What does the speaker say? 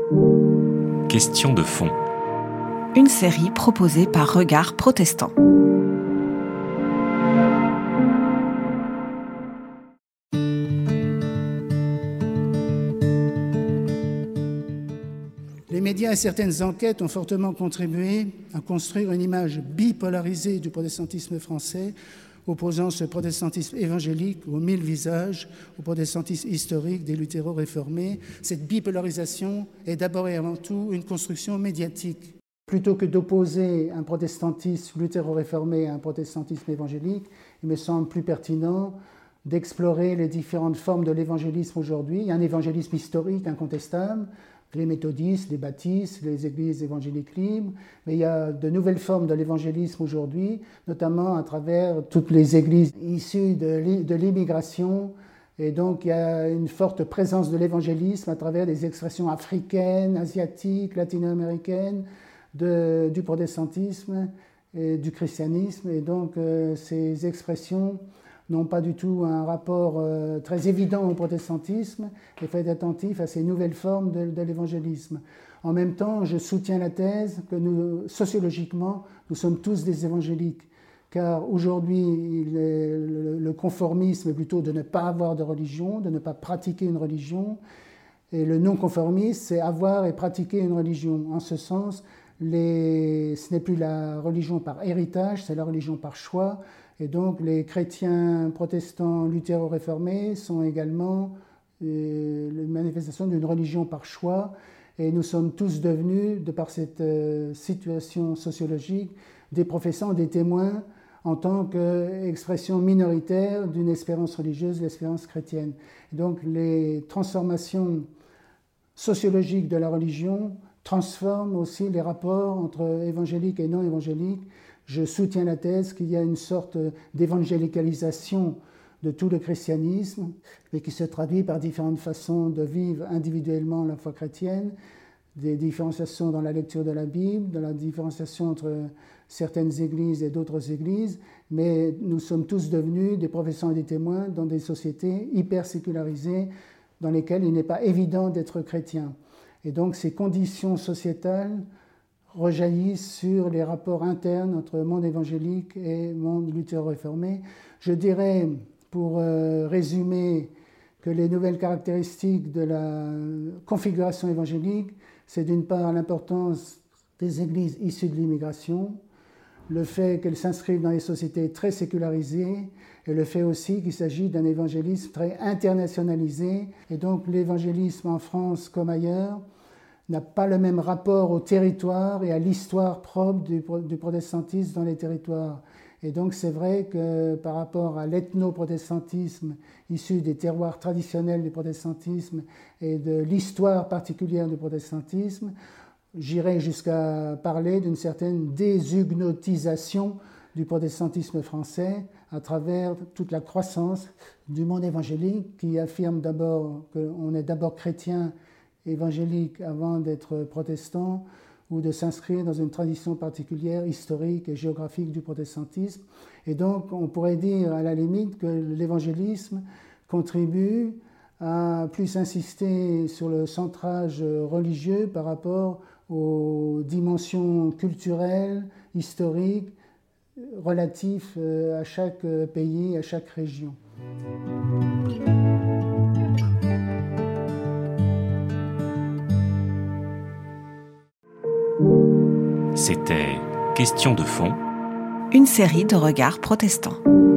Question de fond. Une série proposée par Regard Protestant. Les médias et certaines enquêtes ont fortement contribué à construire une image bipolarisée du protestantisme français, opposant ce protestantisme évangélique aux 1000 visages au protestantisme historique des luthéro-réformés. Cette bipolarisation est d'abord et avant tout une construction médiatique. Plutôt que d'opposer un protestantisme luthéro-réformé à un protestantisme évangélique, il me semble plus pertinent d'explorer les différentes formes de l'évangélisme aujourd'hui. Il y a un évangélisme historique incontestable, les méthodistes, les baptistes, les églises évangéliques libres, mais il y a de nouvelles formes de l'évangélisme aujourd'hui, notamment à travers toutes les églises issues de l'immigration, et donc il y a une forte présence de l'évangélisme à travers des expressions africaines, asiatiques, latino-américaines, du protestantisme et du christianisme, et donc ces expressions n'ont pas du tout un rapport très évident au protestantisme. Il faut être attentif à ces nouvelles formes de l'évangélisme. En même temps, je soutiens la thèse que nous, sociologiquement, nous sommes tous des évangéliques, car aujourd'hui, le conformisme est plutôt de ne pas avoir de religion, de ne pas pratiquer une religion, et le non-conformisme, c'est avoir et pratiquer une religion. En ce sens, ce n'est plus la religion par héritage, c'est la religion par choix. Et donc les chrétiens protestants luthéro-réformés sont également la manifestation d'une religion par choix. Et nous sommes tous devenus, de par cette situation sociologique, des professants, des témoins en tant qu'expression minoritaire d'une espérance religieuse, l'espérance chrétienne. Et donc les transformations sociologiques de la religion transforment aussi les rapports entre évangéliques et non évangéliques. Je soutiens la thèse qu'il y a une sorte d'évangélicalisation de tout le christianisme, et qui se traduit par différentes façons de vivre individuellement la foi chrétienne, des différenciations dans la lecture de la Bible, de la différenciation entre certaines églises et d'autres églises, mais nous sommes tous devenus des professeurs et des témoins dans des sociétés hyper sécularisées dans lesquelles il n'est pas évident d'être chrétien. Et donc ces conditions sociétales rejaillissent sur les rapports internes entre monde évangélique et monde luthéro-réformé. Je dirais, pour résumer, que les nouvelles caractéristiques de la configuration évangélique, c'est d'une part l'importance des églises issues de l'immigration, le fait qu'elles s'inscrivent dans des sociétés très sécularisées, et le fait aussi qu'il s'agit d'un évangélisme très internationalisé. Et donc l'évangélisme en France comme ailleurs n'a pas le même rapport au territoire et à l'histoire propre du protestantisme dans les territoires. Et donc c'est vrai que par rapport à l'ethno-protestantisme issu des terroirs traditionnels du protestantisme et de l'histoire particulière du protestantisme, j'irais jusqu'à parler d'une certaine déshugnotisation du protestantisme français à travers toute la croissance du monde évangélique qui affirme d'abord qu'on est d'abord chrétien évangélique avant d'être protestant ou de s'inscrire dans une tradition particulière, historique et géographique du protestantisme. Et donc, on pourrait dire à la limite que l'évangélisme contribue à plus insister sur le centrage religieux par rapport aux dimensions culturelles, historiques, relatives à chaque pays, à chaque région. C'était Question de fond. Une série de Regards Protestants.